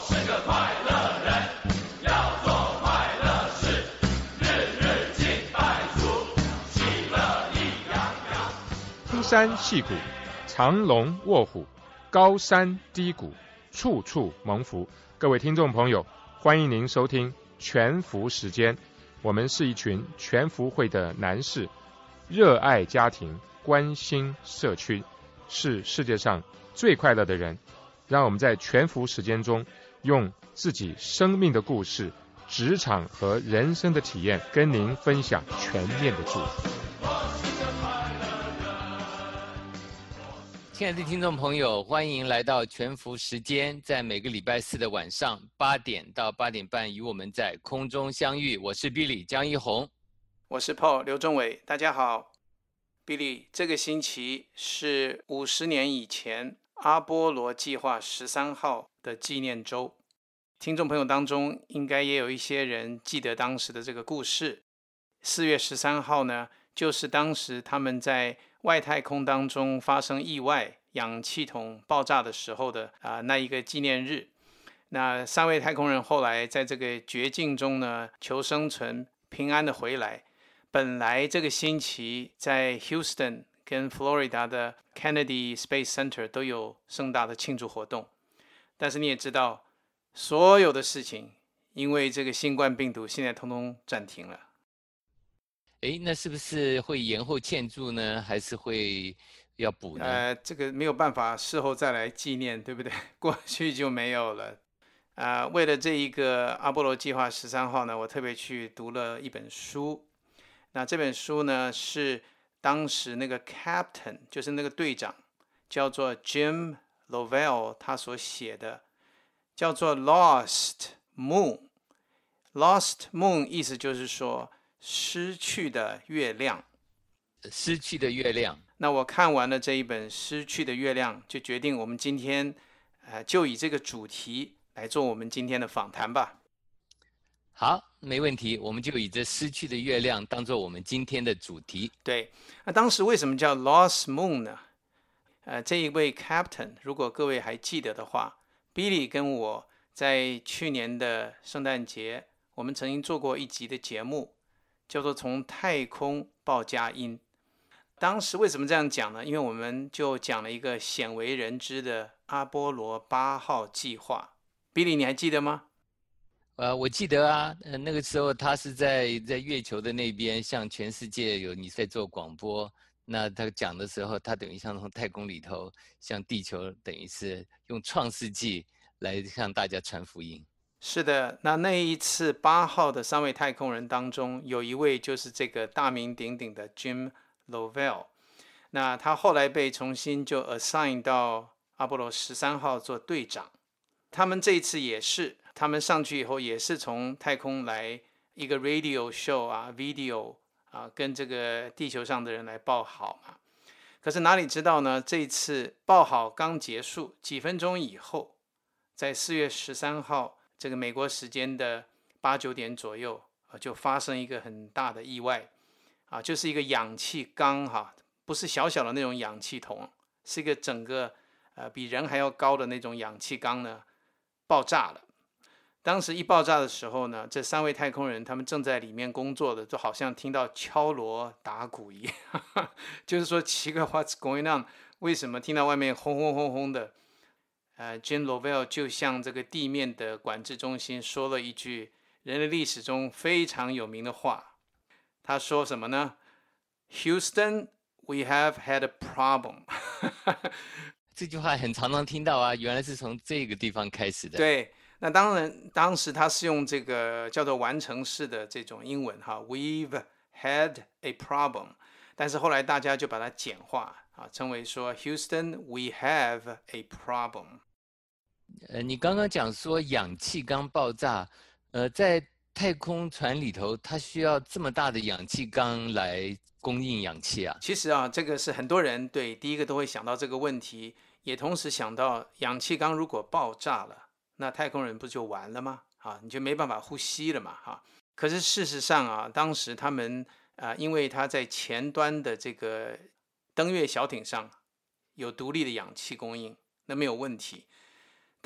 是个快乐人，要做快乐事，日日敬拜主，喜乐意洋洋。 登山细谷，藏龙卧虎，高山低谷，处处蒙福。各位听众朋友，欢迎您收听全福时间。我们是一群全福会的男士，热爱家庭，关心社区，是世界上最快乐的人。让我们在全福时间中，用自己生命的故事、职场和人生的体验，跟您分享全面的祝福。 亲爱的听众朋友，欢迎来到全福时间，在每个礼拜四的晚上8点到8点半，与我们在空中相遇。我是 Billy 江一红， 我是 Paul 刘仲伟，大家好。Billy， 这个星期是50年以前阿波罗计划13号的纪念周。听众朋友当中应该也有一些人记得当时的这个故事。4月13号呢，就是当时他们在外太空当中发生意外，氧气筒爆炸的时候的那一个纪念日。那3位太空人后来在这个绝境中呢求生存，平安的回来。本来这个星期在 Houston 跟 Florida 的 Kennedy Space Center 都有盛大的庆祝活动，但是你也知道，所有的事情因为这个新冠病毒现在通通暂停了。 那是不是会延后庆祝呢？还是会要补呢？ 这个没有办法事后再来纪念，对不对？过去就没有了。为了这一个阿波罗计划13号呢，我特别去读了一本书。那这本书呢，是当时那个 Captain， 就是那个队长，叫做 Jim Lovell 他所写的，叫做 Lost Moon。Lost Moon 意思就是说失去的月亮。 失去的月亮。 那我看完了这一本《失去的月亮》，就决定我们今天就以这个主题来做我们今天的访谈吧。 好，没问题，我们就以这失去的月亮当做我们今天的主题。 对，那当时为什么叫 Lost Moon 呢？这一位 Captain， 如果各位还记得的话， Billy 跟我在去年的圣诞节，我们曾经做过一集的节目，叫做从太空报佳音。当时为什么这样讲呢？因为我们就讲了一个鲜为人知的阿波罗8号计划。Billy， 你还记得吗？ 我记得啊，那个时候他是在月球的那边，向全世界有你在做广播。那他讲的时候，他等于像从太空里头向地球，等于是用创世纪来向大家传福音。 是的，那一次8号的3位太空人当中，有一位就是这个大名鼎鼎的 Jim Lovell。那他后来被重新就 assign 到阿波罗13号做队长。他们这一次也是，他们上去以后也是从太空来一个 radio show video 跟这个地球上的人来报好嘛。可是哪里知道呢？这一次报好刚结束，几分钟以后，在4月13号这个美国时间的8、9点左右，就发生一个很大的意外就是一个氧气缸不是小小的那种氧气筒，是一个整个比人还要高的那种氧气缸呢爆炸了。当时一爆炸的时候呢，这3位太空人他们正在里面工作的，就好像听到敲锣打鼓一样就是说奇怪 What's going on？ 为什么听到外面轰轰轰轰的Jim Lovell 就向这个地面的管制中心说了一句人类历史中非常有名的话。他说什么呢？ Houston, we have had a problem 这句话很常听到啊，原来是从这个地方开始的。 对，那当时他是用这个叫做完成式的这种英文，We've had a problem， 但是后来大家就把它简化称为说 Houston, we have a problem。 你刚刚讲说氧气缸爆炸，在太空船里头，它需要这么大的氧气缸来供应氧气啊？ 其实这个是很多人对第一个都会想到这个问题，也同时想到氧气缸如果爆炸了，那太空人不就完了吗？你就没办法呼吸了嘛可是事实上当时他们因为他在前端的这个登月小艇上有独立的氧气供应，那没有问题。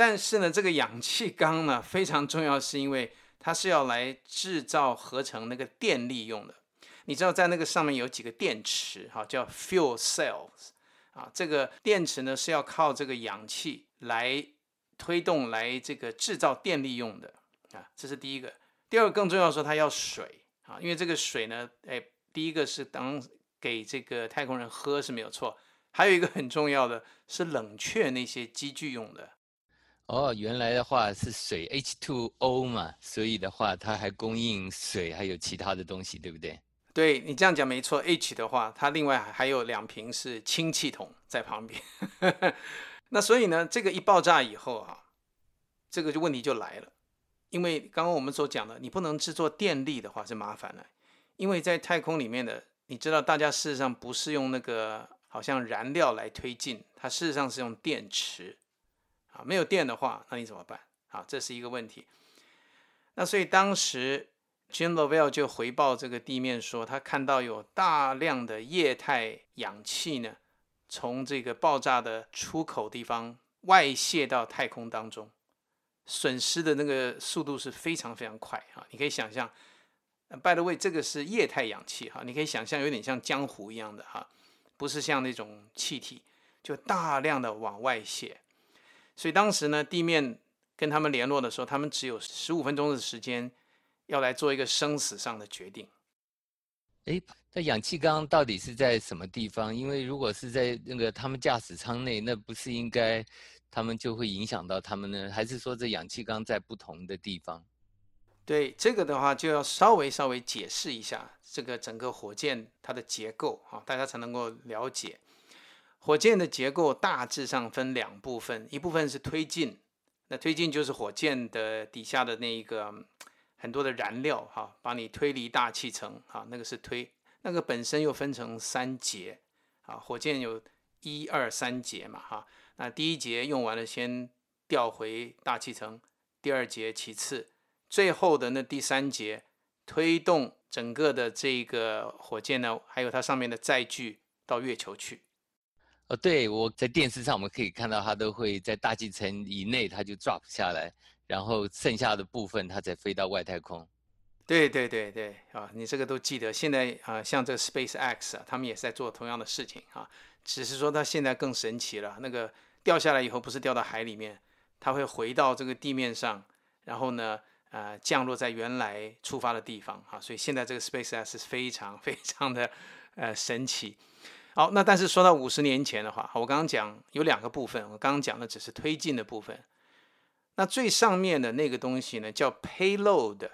但是呢，这个氧气缸呢非常重要，是因为它是要来制造合成那个电力用的。你知道在那个上面有几个电池，叫 fuel cells 这个电池呢是要靠这个氧气来推动，来这个制造电力用的这是第一个。第二个更重要的说，它要水因为这个水呢，第一个是当给这个太空人喝是没有错，还有一个很重要的是冷却那些机具用的。 原来的话是水 H2O 嘛，所以的话它还供应水，还有其他的东西，对不对？ 对，你这样讲没错。H 的话，它另外还有2瓶是氢气筒在旁边。那所以呢，这个一爆炸以后这个问题就来了。因为刚刚我们所讲的，你不能制作电力的话是麻烦了。因为在太空里面的，你知道大家事实上不是用那个好像燃料来推进，它事实上是用电池没有电的话，那你怎么办？这是一个问题。那所以当时 Jim Lovell 就回报这个地面说，他看到有大量的液态氧气呢，从这个爆炸的出口地方外泄到太空当中，损失的那个速度是非常非常快你可以想象，by the way， 这个是液态氧气你可以想象有点像浆糊一样的不是像那种气体，就大量的往外泄。所以当时呢，地面跟他们联络的时候，他们只有15分钟的时间，要来做一个生死上的决定。 那氧气缸到底是在什么地方？因为如果是在那个他们驾驶舱内，那不是应该他们就会影响到他们呢？还是说这氧气缸在不同的地方？ 对，这个的话就要稍微解释一下这个整个火箭它的结构大家才能够了解。火箭的结构大致上分2部分，一部分是推进，那推进就是火箭的底下的那一个很多的燃料把你推离大气层那个是推，那个本身又分成3节火箭有1、2、3节嘛那第1节用完了先调回大气层，第2节其次，最后的那第3节推动整个的这个火箭呢，还有它上面的载具到月球去。 对，我在电视上我们可以看到它都会在大气层以内它就 drop 下来，然后剩下的部分它才飞到外太空。 对你这个都记得。现在像这个 SpaceX 他们也是在做同样的事情只是说它现在更神奇了，那个掉下来以后不是掉到海里面，它会回到这个地面上，然后呢降落在原来出发的地方所以现在这个 SpaceX 是非常非常的神奇。好，那但是说到50年前的话，我刚刚讲有2个部分，我刚刚讲的只是推进的部分。那最上面的那个东西呢，叫 payload，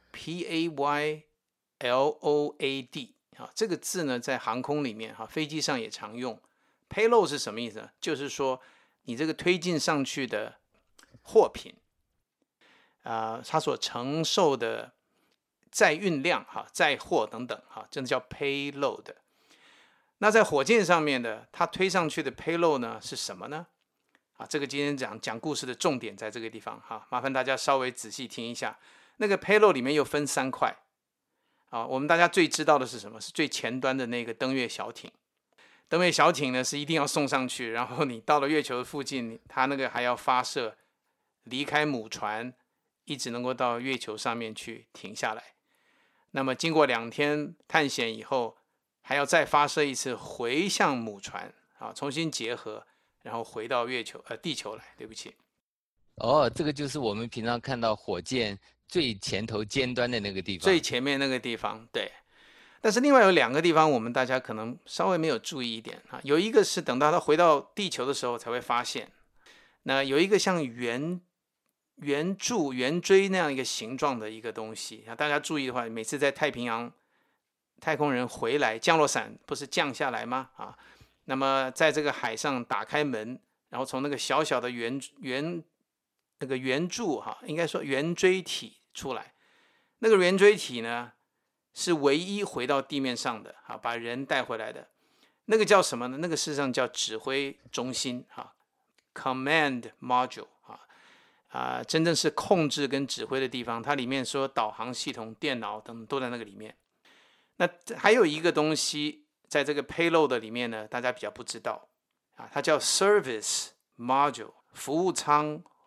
P-A-Y-L-O-A-D 这个字呢，在航空里面飞机上也常用。payload 是什么意思呢？就是说你这个推进上去的货品它所承受的载运量载货等等真的叫 payload。那在火箭上面的，它推上去的 payload 呢是什么呢？这个今天讲故事的重点在这个地方麻烦大家稍微仔细听一下。那个 payload 里面又分3块我们大家最知道的是什么？是最前端的那个登月小艇。登月小艇呢是一定要送上去，然后你到了月球的附近，它那个还要发射，离开母船，一直能够到月球上面去停下来。那么经过2天探险以后，还要再发射一次回向母船重新结合，然后回到地球来。对不起。 这个就是我们平常看到火箭最前头尖端的那个地方， 最前面那个地方，对。但是另外有2个地方，我们大家可能稍微没有注意一点有一个是等到它回到地球的时候才会发现，那有一个像圆锥那样一个形状的一个东西大家注意的话，每次在太平洋太空人回来，降落伞不是降下来吗那么在这个海上打开门，然后从那个小小的圆柱应该说圆锥体出来，那个圆锥体呢是唯一回到地面上的把人带回来的，那个叫什么呢？那个事实上叫指挥中心Command Module 真正是控制跟指挥的地方，它里面说导航系统、电脑等都在那个里面。那还有一个东西在这个 payload 里面呢，大家比较不知道它叫 Service Module， 服务舱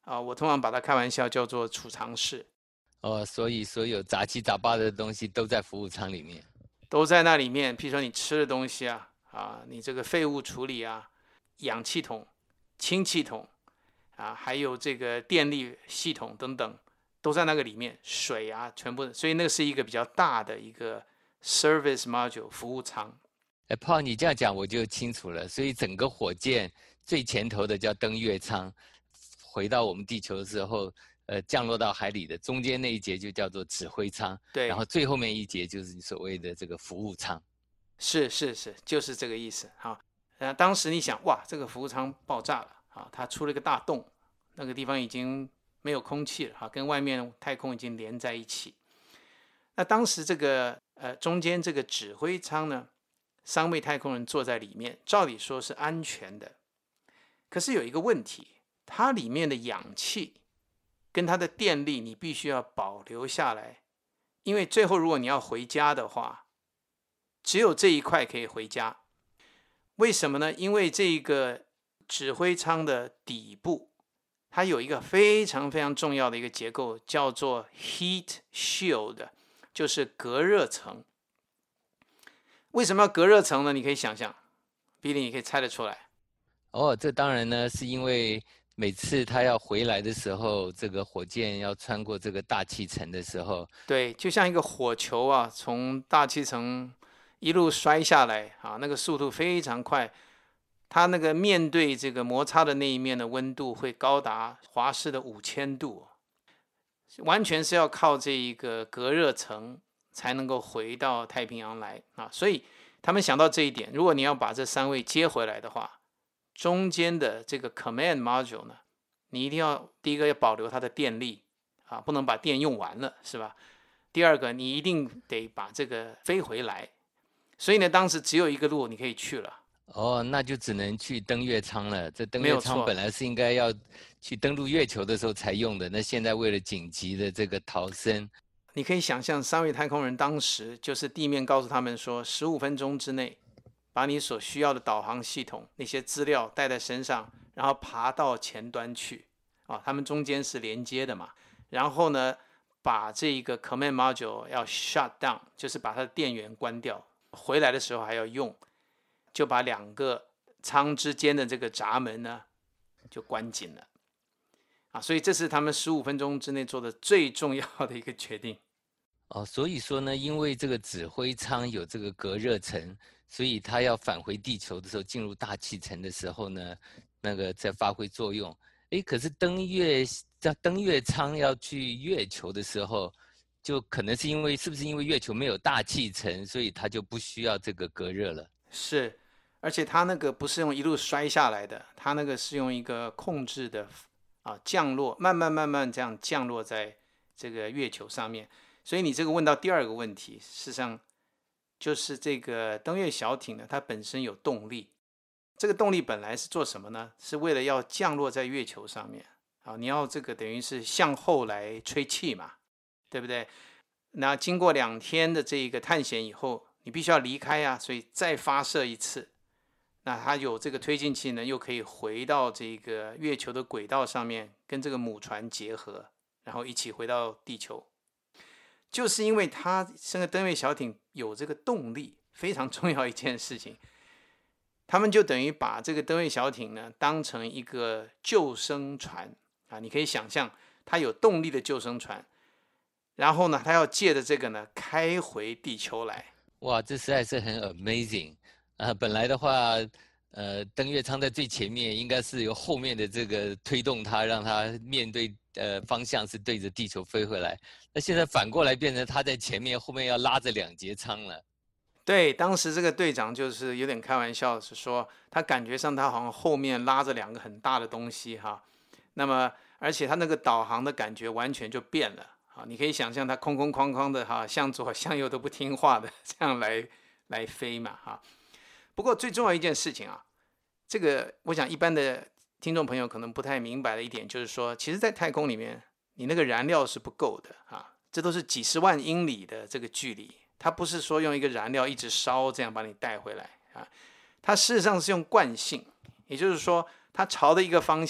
我通常把它开玩笑叫做储藏室， 哦，所以所有杂七杂八的东西都在服务舱里面。 都在那里面。譬如说你吃的东西你这个废物处理氧气筒、氢气筒还有这个电力系统等等，都在那个里面。水全部，所以那个是一个比较大的一个 service module 服务舱。 Paul，你这样讲我就清楚了。所以整个火箭最前头的叫登月舱，回到我们地球的时候，降落到海里的中间那一节就叫做指挥舱， 对， 然后最后面一节就是你所谓的这个服务舱。 是，就是这个意思。当时你想，哇，这个服务舱爆炸了它出了一个大洞，那个地方已经没有空气了跟外面太空已经连在一起。那当时这个中间这个指挥舱呢，3位太空人坐在里面，照理说是安全的。可是有一个问题，它里面的氧气跟它的电力你必须要保留下来，因为最后如果你要回家的话，只有这一块可以回家。为什么呢？因为这个指挥舱的底部它有一个非常非常重要的一个结构，叫做 heat shield， 就是隔热层。为什么要隔热层呢？你可以想象，Billy，你可以猜得出来。 这当然呢，是因为每次他要回来的时候，这个火箭要穿过这个大气层的时候， 对，就像一个火球从大气层一路摔下来那个速度非常快，它那个面对这个摩擦的那一面的温度会高达华氏的5000度，完全是要靠这一个隔热层才能够回到太平洋来所以他们想到这一点，如果你要把这3位接回来的话，中间的这个 command module 呢，你一定要第一个要保留它的电力不能把电用完了，是吧？第二个，你一定得把这个飞回来。所以呢，当时只有一个路你可以去了。 那就只能去登月舱了。这登月舱本来是应该要去登陆月球的时候才用的，那现在为了紧急的这个逃生， 你可以想象3位太空人当时就是地面告诉他们说，15分钟之内把你所需要的导航系统那些资料带在身上，然后爬到前端去他们中间是连接的嘛。然后呢，把这个 command module 要 shut down， 就是把它的电源关掉，回来的时候还要用，就把2个舱之间的这个闸门呢就关紧了所以这是他们15分钟之内做的最重要的一个决定。 所以说呢，因为这个指挥舱有这个隔热层，所以它要返回地球的时候，进入大气层的时候呢，那个在发挥作用。可是登月舱要去月球的时候，就可能是不是因为月球没有大气层，所以它就不需要这个隔热了？ 是，而且它那个不是用一路摔下来的，它那个是用一个控制的降落，慢慢这样降落在这个月球上面。所以你这个问到第2个问题，事实上就是这个登月小艇呢，它本身有动力。这个动力本来是做什么呢？是为了要降落在月球上面你要这个等于是向后来吹气嘛，对不对？那经过2天的这个探险以后，你必须要离开所以再发射一次。那它有这个推进器呢，又可以回到这个月球的轨道上面，跟这个母船结合，然后一起回到地球。就是因为它这个登月小艇有这个动力，非常重要一件事情，他们就等于把这个登月小艇呢当成一个救生船你可以想象，它有动力的救生船，然后呢，它要借着这个呢开回地球来。 哇，这实在是很 amazing 本来的话，登月舱在最前面，应该是由后面的这个推动它，让它面对方向是对着地球飞回来。那现在反过来变成它在前面，后面要拉着2节舱了。 对，当时这个队长就是有点开玩笑，是说他感觉上他好像后面拉着2个很大的东西那么而且他那个导航的感觉完全就变了你可以想象他空空哐哐的向左向右都不听话的这样来飞嘛不过最重要一件事情这个我想一般的听众朋友可能不太明白的一点就是说，其实在太空里面你那个燃料是不够的这都是几十万英里的这个距离，它不是说用一个燃料一直烧这样把你带回来它事实上是用惯性，也就是说它朝的一个方向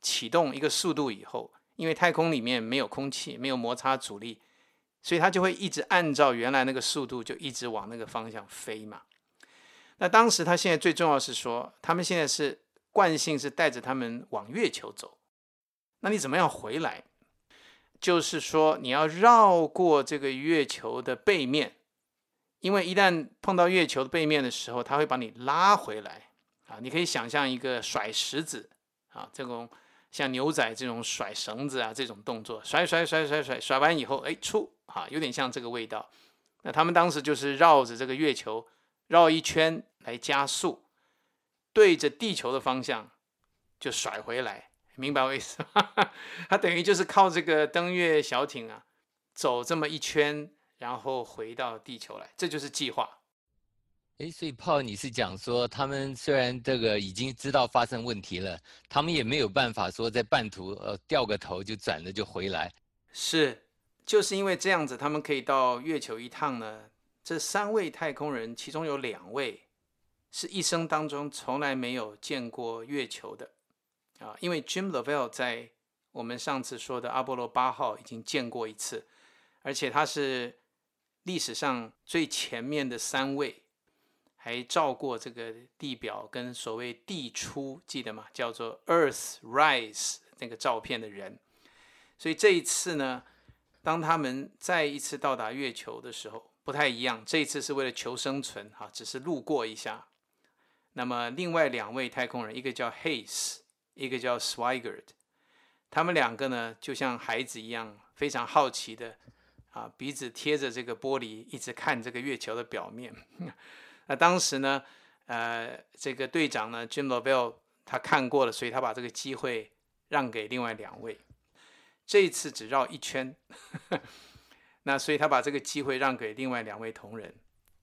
启动一个速度以后，因为太空里面没有空气，没有摩擦阻力，所以它就会一直按照原来那个速度就一直往那个方向飞嘛。那当时他现在最重要的是说，他们现在是惯性是带着他们往月球走，那你怎么样回来？就是说你要绕过这个月球的背面，因为一旦碰到月球的背面的时候，它会把你拉回来啊。你可以想象一个甩石子啊，这种像牛仔这种甩绳子啊这种动作，甩完以后，哎出啊，有点像这个味道。那他们当时就是绕着这个月球绕一圈来加速，对着地球的方向就甩回来，明白我意思吗？它等于就是靠这个登月小艇啊，走这么一圈，然后回到地球来，这就是计划。 所以Paul你是讲说，他们虽然这个已经知道发生问题了，他们也没有办法说在半途掉个头就转了就回来。 是，就是因为这样子，他们可以到月球一趟呢。这3位太空人，其中有2位是一生当中从来没有见过月球的啊。因为 Jim Lovell 在我们上次说的阿波罗8号已经见过一次，而且他是历史上最前面的3位，还照过这个地表跟所谓地出，记得吗？叫做 Earthrise 那个照片的人。所以这一次呢，当他们再一次到达月球的时候，不太一样。这一次是为了求生存，只是路过一下。那么另外2位太空人，一个叫 Hayes， 一个叫 Swigert， 他们2个呢，就像孩子一样，非常好奇的鼻子贴着这个玻璃，一直看这个月球的表面。那当时呢，这个队长呢 Jim Lovell 他看过了，所以他把这个机会让给另外2位。这一次只绕一圈，那所以他把这个机会让给另外2位同仁。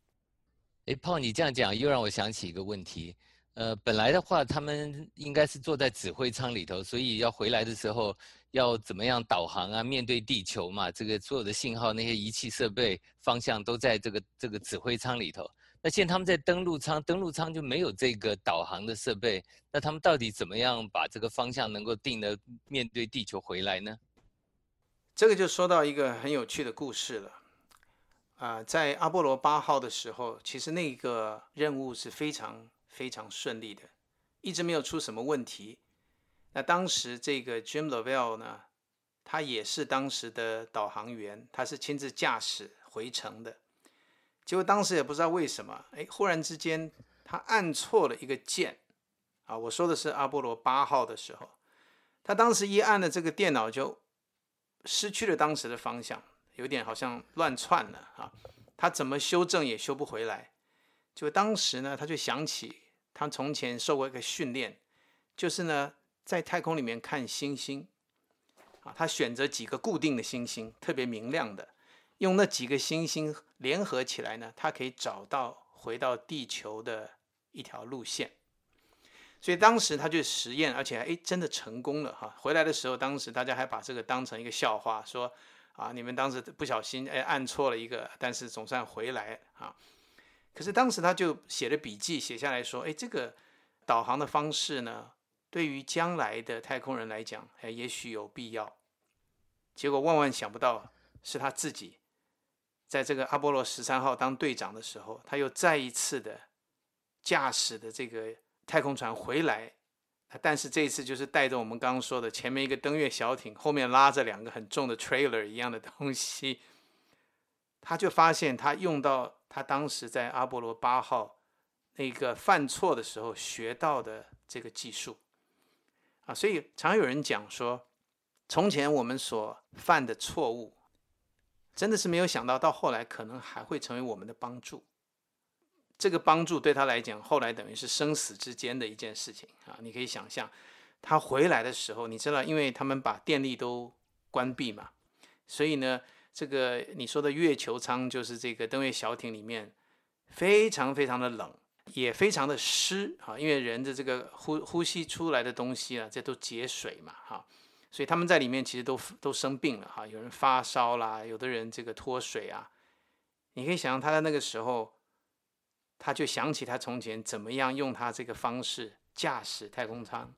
Paul你这样讲又让我想起一个问题。本来的话，他们应该是坐在指挥舱里头，所以要回来的时候要怎么样导航啊？面对地球嘛，这个所有的信号、那些仪器设备、方向都在这个指挥舱里头。那现在他们在登陆舱就没有这个导航的设备，那他们到底怎么样把这个方向能够定的面对地球回来呢？ 这个就说到一个很有趣的故事了。在阿波罗8号的时候，其实那个任务是非常非常顺利的，一直没有出什么问题。那当时这个 Jim Lovell 呢，他也是当时的导航员，他是亲自驾驶回程的。结果当时也不知道为什么，忽然之间他按错了一个键啊！我说的是阿波罗8号的时候，他当时一按了这个电脑就失去了当时的方向，有点好像乱窜了啊！他怎么修正也修不回来。就当时呢，他就想起他从前受过一个训练，就是呢在太空里面看星星啊，他选择几个固定的星星，特别明亮的，用那几个星星联合起来呢，他可以找到回到地球的一条路线。所以当时他就实验，而且真的成功了哈！回来的时候，当时大家还把这个当成一个笑话，说你们当时不小心按错了一个，但是总算回来啊。可是当时他就写了笔记，写下来说，这个导航的方式呢，对于将来的太空人来讲，也许有必要。结果万万想不到，是他自己在这个阿波罗13号当队长的时候，他又再一次的驾驶的这个太空船回来，但是这一次就是带着我们刚刚说的前面一个登月小艇，后面拉着2个很重的 trailer 一样的东西。他就发现他用到他当时在阿波罗8号那个犯错的时候学到的这个技术所以常有人讲说，从前我们所犯的错误，真的是没有想到后来可能还会成为我们的帮助。这个帮助对他来讲，后来等于是生死之间的一件事情你可以想象，他回来的时候，你知道，因为他们把电力都关闭嘛，所以呢，这个你说的月球舱就是这个登月小艇里面非常非常的冷，也非常的湿因为人的这个呼吸出来的东西这都结水嘛所以他们在里面其实都生病了有人发烧啦，有的人这个脱水你可以想象他在那个时候，他就想起他从前怎么样用他这个方式驾驶太空舱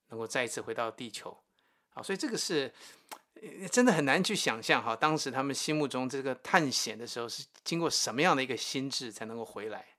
能够再一次回到地球。好，所以这个是真的很难去想象哈，当时他们心目中这个探险的时候是经过什么样的一个心智才能够回来。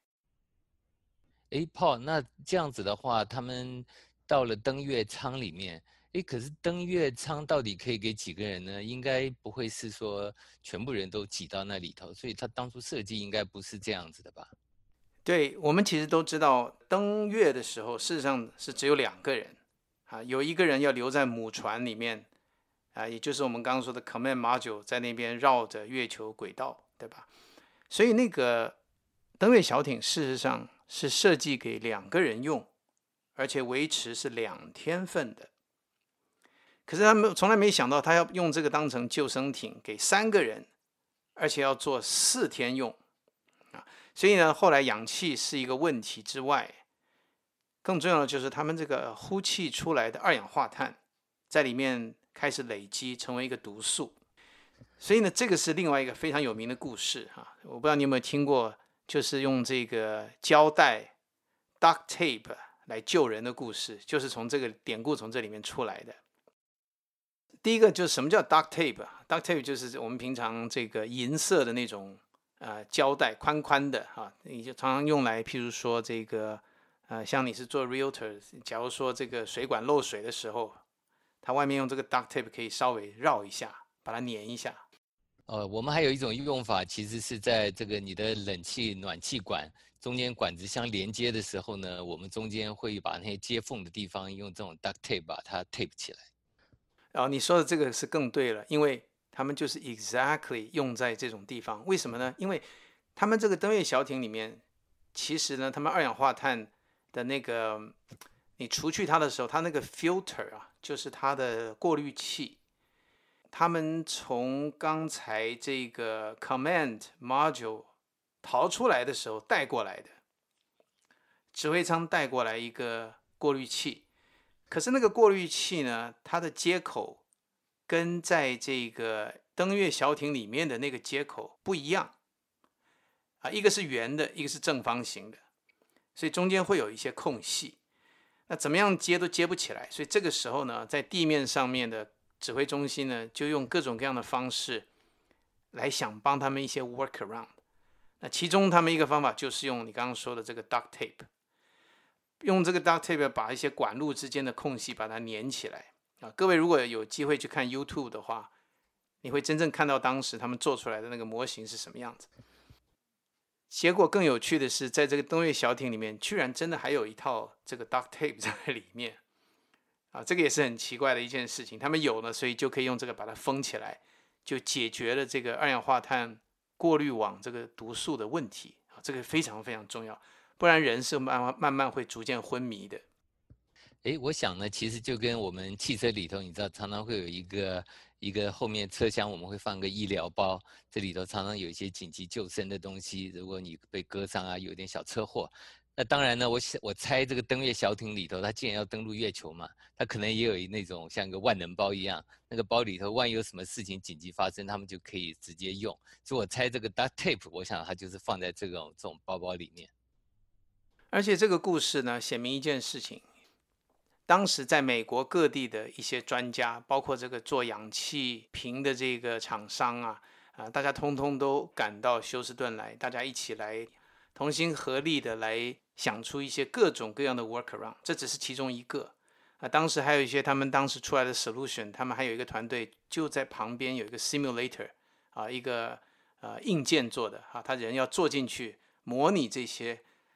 Paul，那这样子的话，他们到了登月舱里面，可是登月舱到底可以给几个人呢？应该不会是说全部人都挤到那里头，所以他当初设计应该不是这样子的吧？ 对，我们其实都知道，登月的时候事实上是只有2个人啊，有一个人要留在母船里面啊，也就是我们刚刚说的 command module 在那边绕着月球轨道，对吧？所以那个登月小艇事实上是设计给2个人用，而且维持是2天份的。可是他们从来没想到，他要用这个当成救生艇给3个人，而且要做4天用啊。所以呢，后来氧气是一个问题之外，更重要的就是他们这个呼气出来的二氧化碳在里面开始累积，成为一个毒素。所以呢，这个是另外一个非常有名的故事啊。我不知道你有没有听过，就是用这个胶带 duct tape 来救人的故事，就是从这个典故从这里面出来的。第一个就是什么叫 duct tape？duct tape 就是我们平常这个银色的那种胶带，宽宽的啊，你就常常用来，譬如说这个像你是做 realtor， 假如说这个水管漏水的时候，它外面用这个 duct tape 可以稍微绕一下，把它粘一下。 我们还有一种用法，其实是在这个你的冷气暖气管中间管子相连接的时候呢，我们中间会把那些接缝的地方用这种 duct tape 把它 tape 起来。 你说的这个是更对了，因为他们就是 exactly 用在这种地方。为什么呢？因为他们这个登月小艇里面，其实呢，他们二氧化碳的那个，你除去它的时候，它那个 filter 啊，就是它的过滤器，他们从刚才这个 command module 逃出来的时候带过来的，指挥舱带过来一个过滤器。可是那个过滤器呢，它的接口跟在这个登月小艇里面的那个接口不一样啊，一个是圆的，一个是正方形的，所以中间会有一些空隙。那怎么样接都接不起来，所以这个时候呢，在地面上面的指挥中心呢，就用各种各样的方式来想帮他们一些 workaround。那其中他们一个方法就是用你刚刚说的这个 duct tape。用这个 duct tape 把一些管路之间的空隙把它粘起来啊！各位如果有机会去看 YouTube 的话，你会真正看到当时他们做出来的那个模型是什么样子。结果更有趣的是，在这个登月小艇里面，居然真的还有一套这个 duct tape 在里面啊！这个也是很奇怪的一件事情。他们有了，所以就可以用这个把它封起来，就解决了这个二氧化碳过滤网这个毒素的问题啊！这个非常非常重要。不然人是慢慢会逐渐昏迷的。 我想呢，其实就跟我们汽车里头，你知道常常会有一个后面车厢，我们会放个医疗包，这里头常常有一些紧急救生的东西。如果你被割伤啊，有点小车祸，那当然呢，我猜这个登月小艇里头，它既然要登陆月球嘛，它可能也有那种像一个万能包一样，那个包里头万一有什么事情紧急发生，他们就可以直接用。所以我猜这个 duct tape， 我想它就是放在这种包包里面。 而且这个故事呢，显明一件事情：当时在美国各地的一些专家，包括这个做氧气瓶的这个厂商啊，大家通通都赶到休斯顿来，大家一起来同心合力的来想出一些各种各样的 workaround。这只是其中一个当时还有一些他们当时出来的 solution， 他们还有一个团队就在旁边有一个 simulator 一个硬件做的他人要坐进去模拟这些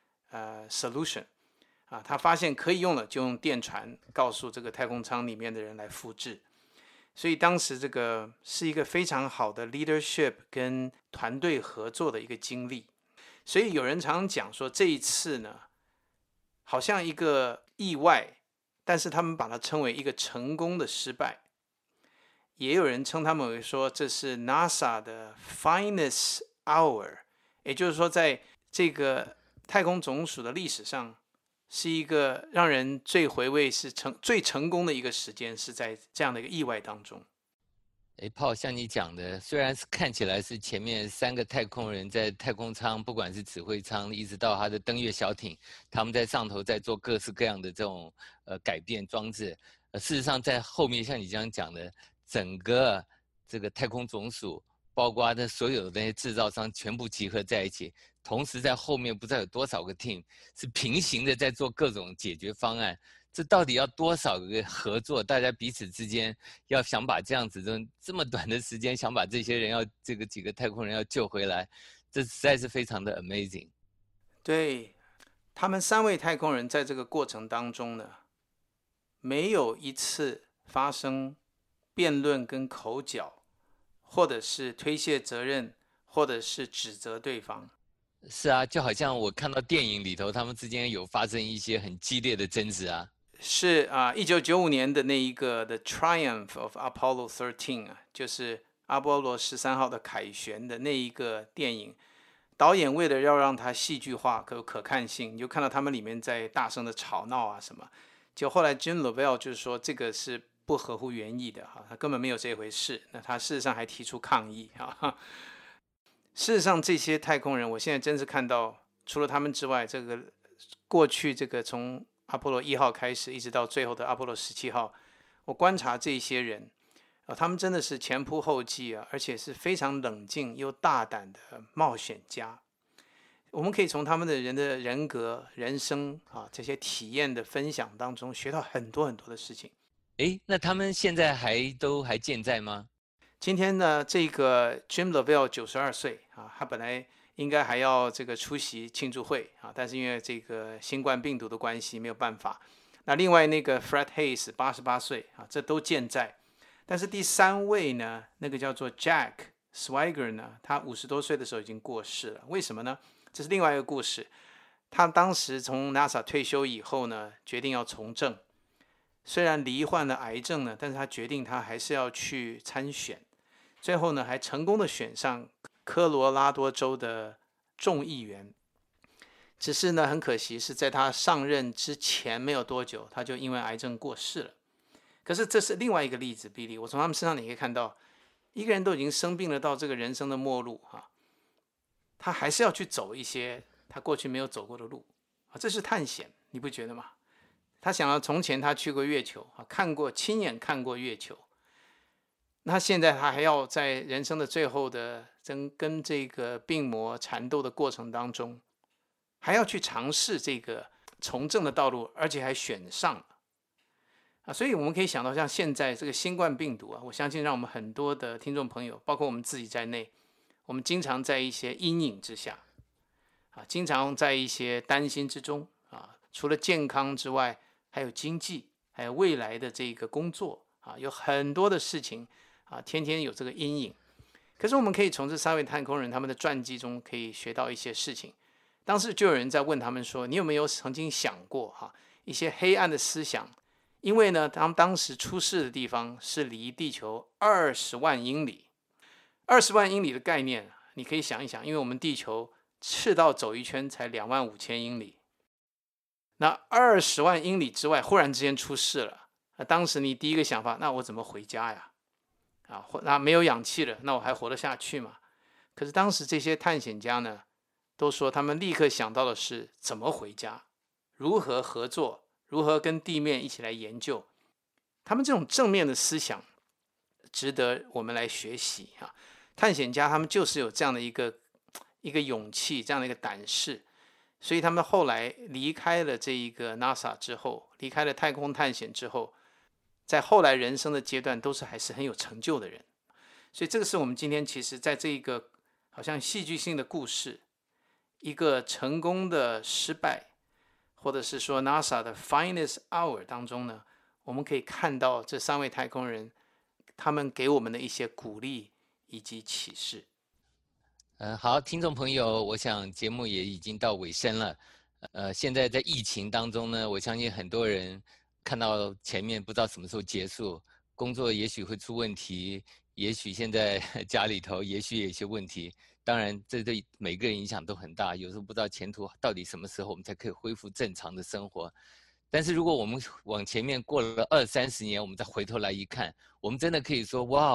solution 他发现可以用了，就用电传告诉这个太空舱里面的人来复制。所以当时这个是一个非常好的 leadership 跟团队合作的一个经历。所以有人常常讲说，这一次呢，好像一个意外，但是他们把它称为一个成功的失败。也有人称他们为说，这是 NASA 的 finest hour， 也就是说，在这个太空总署的历史上，是一个让人最回味是最成功的一个时间，是在这样的一个意外当中。 Paul，像你讲的，虽然是看起来是前面3个太空人在太空舱，不管是指挥舱，一直到他的登月小艇，他们在上头在做各式各样的这种改变装置。事实上，在后面像你这样讲的，整个这个太空总署，包括的所有的那些制造商全部集合在一起，同时在后面不知道有多少个 team 是平行的在做各种解决方案。这到底要多少个合作？大家彼此之间要想把这样子这么短的时间，想把这些人这个几个太空人要救回来，这实在是非常的 amazing。 对，他们3位太空人在这个过程当中呢，没有一次发生辩论跟口角，或者是推卸责任，或者是指责对方。 是啊，就好像我看到电影里头，他们之间有发生一些很激烈的争执啊。 是啊，1995年的那一个 The Triumph of Apollo 13啊，就是阿波罗13号的凯旋的那一个电影。导演为了要让它戏剧化可看性，你就看到他们里面在大声的吵闹啊什么。就后来 Jim Lovell 就是说这个是不合乎原意的哈，他根本没有这回事。那他事实上还提出抗议哈。事实上这些太空人，我现在真是看到，除了他们之外，这个过去这个从阿波罗1号开始，一直到最后的阿波罗17号，我观察这些人，他们真的是前仆后继啊，而且是非常冷静又大胆的冒险家。我们可以从他们的人格、人生啊这些体验的分享当中学到很多很多的事情。 那他们现在都还健在吗？ 今天呢，这个 Jim Lovell 92岁啊，他本来应该还要这个出席庆祝会啊，但是因为这个新冠病毒的关系没有办法。那另外那个 Fred Hayes 88岁啊，这都健在。但是第3位呢，那个叫做 Jack Swigert 呢，他50多岁的时候已经过世了。为什么呢？这是另外一个故事。他当时从 NASA 退休以后呢，决定要从政。虽然罹患了癌症呢，但是他决定他还是要去参选。最后呢，还成功的选上科罗拉多州的众议员。只是呢，很可惜是在他上任之前没有多久，他就因为癌症过世了。可是这是另外一个例子，比利，我从他们身上你可以看到，一个人都已经生病了，到这个人生的末路哈，他还是要去走一些他过去没有走过的路啊，这是探险，你不觉得吗？他想要从前他去过月球啊，亲眼看过月球，那现在他还要在人生的最后的跟这个病魔缠斗的过程当中，还要去尝试这个从政的道路，而且还选上了啊！所以我们可以想到，像现在这个新冠病毒啊，我相信让我们很多的听众朋友，包括我们自己在内，我们经常在一些阴影之下啊，经常在一些担心之中啊，除了健康之外，还有经济，还有未来的这个工作啊，有很多的事情啊，天天有这个阴影。可是我们可以从这3位太空人他们的传记中可以学到一些事情。当时就有人在问他们说：“你有没有曾经想过一些黑暗的思想？因为呢，他们当时出事的地方是离地球20万英里，20万英里的概念，你可以想一想，因为我们地球赤道走一圈才25000英里，那20万英里之外忽然之间出事了，当时你第一个想法，那我怎么回家呀？那没有氧气了，那我还活得下去吗？可是当时这些探险家呢，都说他们立刻想到的是怎么回家，如何合作，如何跟地面一起来研究。他们这种正面的思想值得我们来学习啊！探险家他们就是有这样的一个勇气，这样的一个胆识，所以他们后来离开了这一个 NASA 之后，离开了太空探险之后，在后来人生的阶段都是还是很有成就的人。所以这个是我们今天其实在这一个好像戏剧性的故事，一个成功的失败，或者是说 NASA 的 finest hour 当中呢，我们可以看到这3位太空人他们给我们的一些鼓励以及启示。 好，听众朋友，我想节目也已经到尾声了。现在在疫情当中呢，我相信很多人看到前面不知道什么时候结束，工作也许会出问题，也许现在家里头也许有一些问题。当然，这对每个人影响都很大，有时候不知道前途到底什么时候我们才可以恢复正常的生活。但是如果我们往前面过了20-30年，我们再回头来一看，我们真的可以说，哇，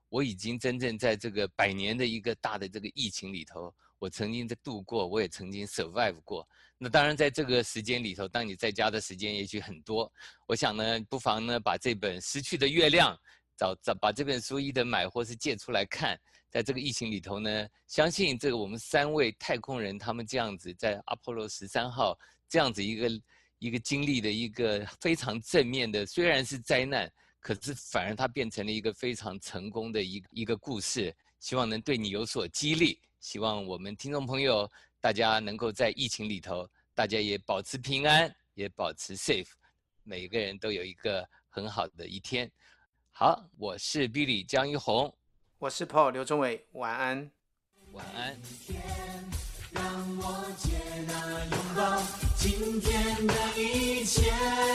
我已经真正在这个100年的一个大的这个疫情里头，我曾经在度过，我也曾经 survive 过。那当然在这个时间里头，当你在家的时间也许很多，我想呢，不妨呢把这本《失去的月亮》把这本书一的买或是借出来看。在这个疫情里头呢，相信这个我们3位太空人他们这样子在阿波罗13号这样子一个经历的一个非常正面的，虽然是灾难，可是反而它变成了一个非常成功的一个故事，希望能对你有所激励。希望我们听众朋友大家能够在疫情里头，大家也保持平安，也保持 safe， 每个人都有一个很好的一天。好，我是 Billy 江一红， 我是 Paul 刘忠伟，晚安。 晚安。 让我接纳拥抱今天的一切。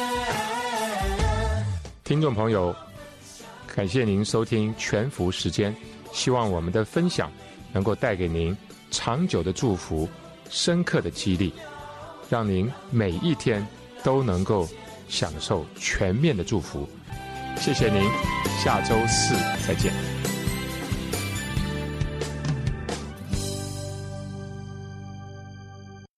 听众朋友，感谢您收听全福时间，希望我们的分享能够带给您长久的祝福，深刻的激励，让您每一天都能够享受全面的祝福。谢谢您，下周4再见。